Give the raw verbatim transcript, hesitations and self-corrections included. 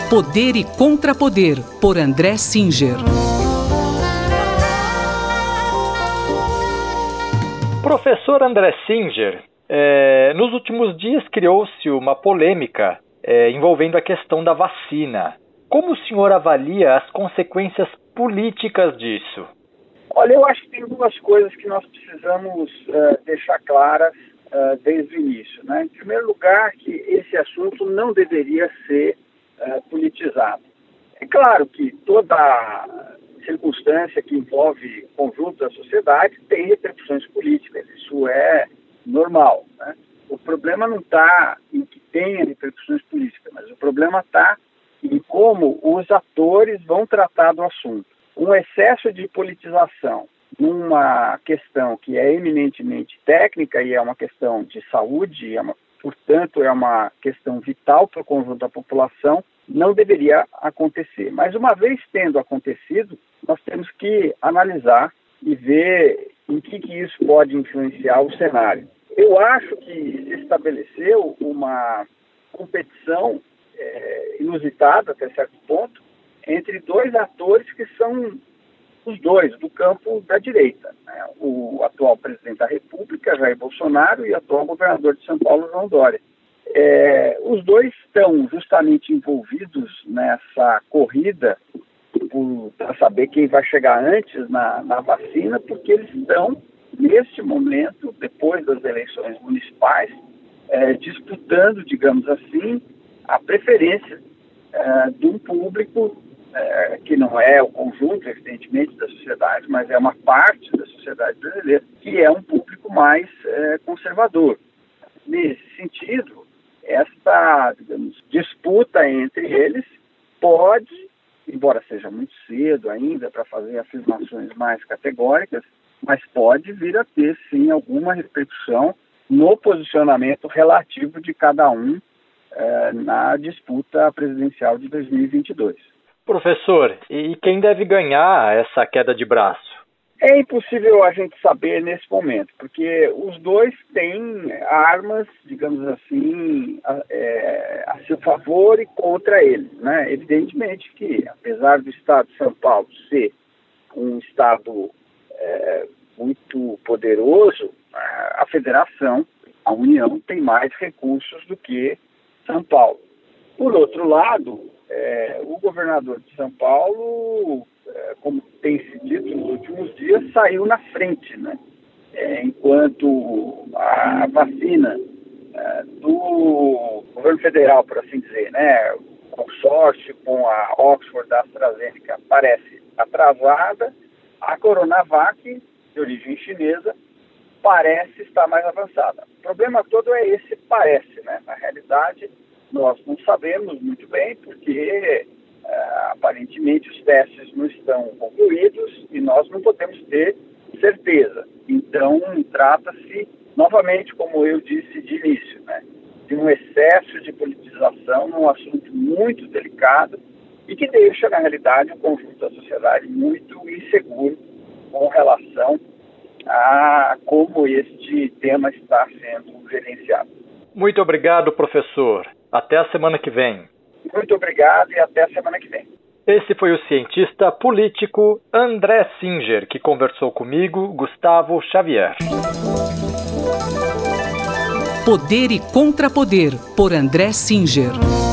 Poder e Contrapoder, por André Singer. Professor André Singer, é, nos últimos dias criou-se uma polêmica é, envolvendo a questão da vacina. Como o senhor avalia as consequências políticas disso? Olha, eu acho que tem duas coisas que nós precisamos uh, deixar claras uh, desde o início, né? Em primeiro lugar, que esse assunto não deveria ser uh, politizado. É claro que toda circunstância que envolve o conjunto da sociedade tem repercussões políticas, isso é normal, né? O problema não está em que tenha repercussões políticas, mas o problema está em como os atores vão tratar do assunto. Um excesso de politização numa questão que é eminentemente técnica e é uma questão de saúde, é uma, portanto é uma questão vital para o conjunto da população, não deveria acontecer. Mas uma vez tendo acontecido, nós temos que analisar e ver em que, que isso pode influenciar o cenário. Eu acho que se estabeleceu uma competição é, inusitada até certo ponto entre dois atores que são os dois do campo da direita, né? O atual presidente da República, Jair Bolsonaro, e o atual governador de São Paulo, João Dória. É, os dois estão justamente envolvidos nessa corrida para saber quem vai chegar antes na, na vacina, porque eles estão, neste momento, depois das eleições municipais, é, disputando, digamos assim, a preferência é, de um público é, que não é o conjunto, evidentemente, da sociedade, mas é uma parte da sociedade brasileira, que é um público mais é, conservador. Nesse sentido, esta, digamos, disputa entre eles pode, embora seja muito cedo ainda para fazer afirmações mais categóricas, mas pode vir a ter, sim, alguma repercussão no posicionamento relativo de cada um eh, na disputa presidencial de dois mil e vinte e dois. Professor, e quem deve ganhar essa queda de braço? É impossível a gente saber nesse momento, porque os dois têm armas, digamos assim, a, é, a seu favor e contra eles, né? Evidentemente que, apesar do Estado de São Paulo ser um Estado é, muito poderoso, a Federação, a União, tem mais recursos do que São Paulo. Por outro lado, é, o governador de São Paulo, é, como tem se dito nos últimos dias, saiu na frente, né? É, enquanto a vacina é, do governo federal, por assim dizer, né, o consórcio com a Oxford da AstraZeneca parece atrasada, a Coronavac, de origem chinesa, parece estar mais avançada. O problema todo é esse parece, né? Na realidade, nós não sabemos muito bem, porque uh, aparentemente os testes não estão concluídos e nós não podemos ter certeza. Então, trata-se, novamente, como eu disse de início, né, de um excesso de politização num assunto muito delicado e que deixa, na realidade, o conjunto da sociedade muito inseguro com relação a como este tema está sendo gerenciado. Muito obrigado, professor. Até a semana que vem. Muito obrigado e até a semana que vem. Esse foi o cientista político André Singer, que conversou comigo, Gustavo Xavier. Poder e Contrapoder, por André Singer.